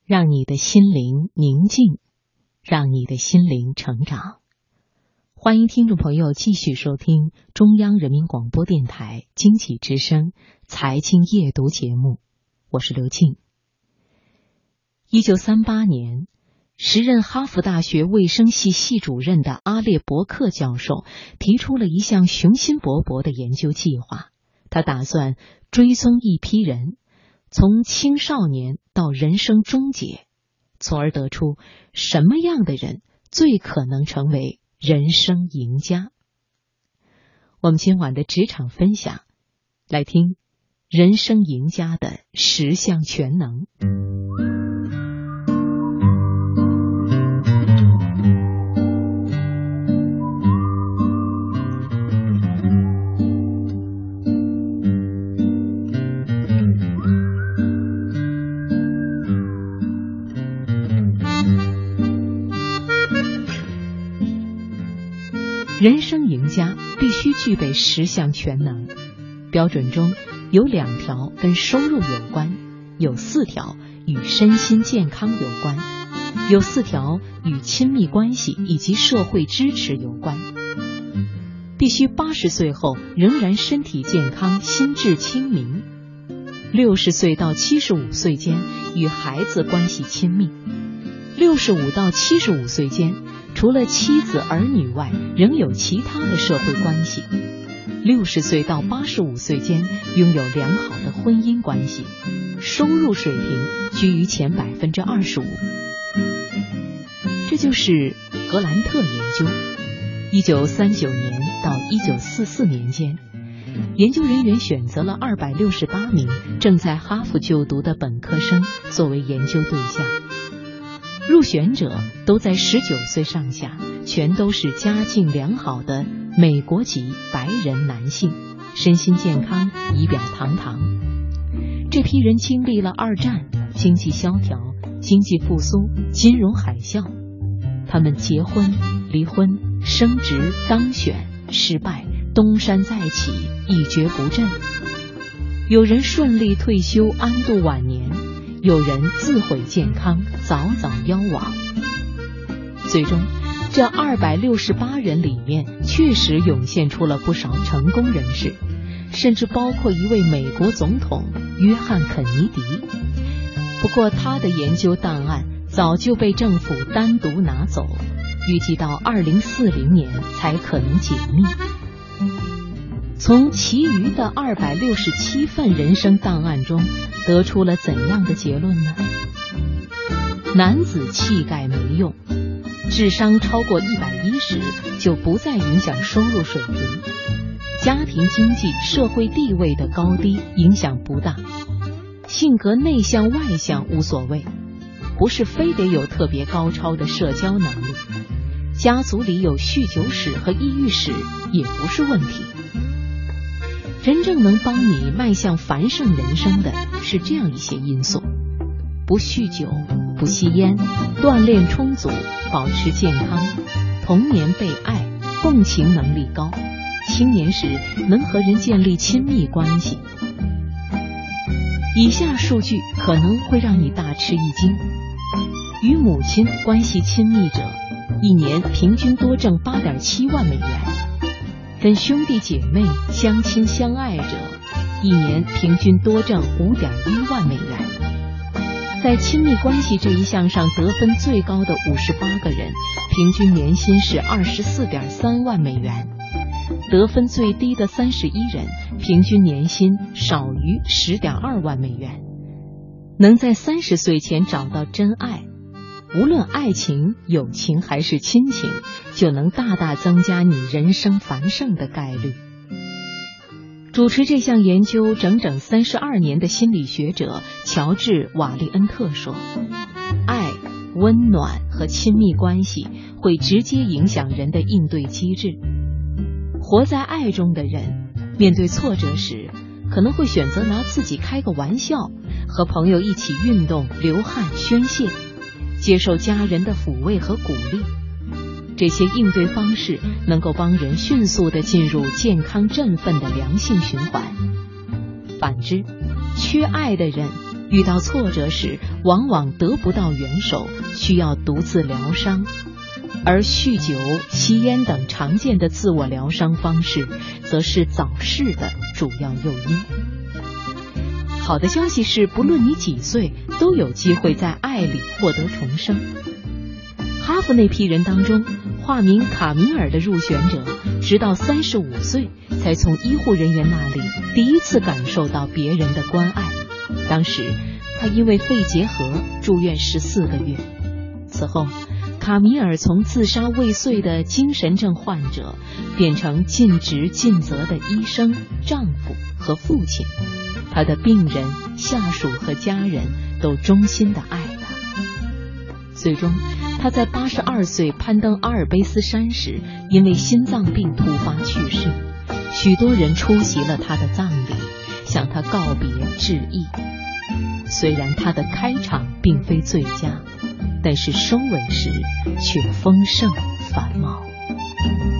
让你的心灵宁静，让你的心灵成长。欢迎听众朋友继续收听中央人民广播电台经济之声财经夜读节目，我是刘静。1938年，时任哈佛大学卫生系系主任的阿列伯克教授提出了一项雄心勃勃的研究计划，他打算追踪一批人，从青少年到人生终结，从而得出什么样的人最可能成为人生赢家。我们今晚的职场分享，来听人生赢家的10项全能。人生赢家必须具备10项全能，标准中有2条跟收入有关，有4条与身心健康有关，有4条与亲密关系以及社会支持有关。必须80岁后仍然身体健康，心智清明。60岁到75岁间与孩子关系亲密。65到75岁间除了妻子儿女外，仍有其他的社会关系。60岁到85岁间拥有良好的婚姻关系，收入水平居于前25%。这就是格兰特研究。1939年到1944年间，研究人员选择了268名正在哈佛就读的本科生作为研究对象。入选者都在19岁上下，全都是家境良好的美国籍白人男性，身心健康，仪表堂堂。这批人经历了2战、经济萧条、经济复苏、金融海啸，他们结婚、离婚、升职、当选、失败，东山再起，一蹶不振。有人顺利退休，安度晚年，有人自毁健康，早早夭亡。最终，这268人里面确实涌现出了不少成功人士，甚至包括一位美国总统约翰·肯尼迪。不过他的研究档案早就被政府单独拿走，预计到2040年才可能解密。从其余的267份人生档案中得出了怎样的结论呢？男子气概没用，智商超过110就不再影响收入水平，家庭经济社会地位的高低影响不大，性格内向外向无所谓，不是非得有特别高超的社交能力，家族里有酗酒史和抑郁史也不是问题。真正能帮你迈向繁盛人生的是这样一些因素：不酗酒，不吸烟，锻炼充足，保持健康，童年被爱，共情能力高，青年时能和人建立亲密关系。以下数据可能会让你大吃一惊：与母亲关系亲密者1年平均多挣8.7万美元，跟兄弟姐妹相亲相爱者1年平均多挣5.1万美元。在亲密关系这一项上得分最高的58个人，平均年薪是24.3万美元，得分最低的31人，平均年薪少于10.2万美元。能在30岁前找到真爱，无论爱情、友情还是亲情，就能大大增加你人生繁盛的概率。主持这项研究整整32年的心理学者乔治·瓦利恩特说，爱、温暖和亲密关系会直接影响人的应对机制。活在爱中的人，面对挫折时，可能会选择拿自己开个玩笑，和朋友一起运动、流汗、宣泄，接受家人的抚慰和鼓励。这些应对方式能够帮人迅速地进入健康振奋的良性循环。反之，缺爱的人遇到挫折时往往得不到援手，需要独自疗伤，而酗酒、吸烟等常见的自我疗伤方式则是早逝的主要诱因。好的消息是，不论你几岁，都有机会在爱里获得重生。哈佛那批人当中，化名卡米尔的入选者直到35岁才从医护人员那里第一次感受到别人的关爱。当时他因为肺结核住院14个月。此后卡米尔从自杀未遂的精神症患者变成尽职尽责的医生、丈夫和父亲，他的病人、下属和家人都衷心地爱他。最终他在82岁攀登阿尔卑斯山时因为心脏病突发去世，许多人出席了他的葬礼，向他告别致意。虽然他的开场并非最佳，但是收尾时却丰盛繁茂。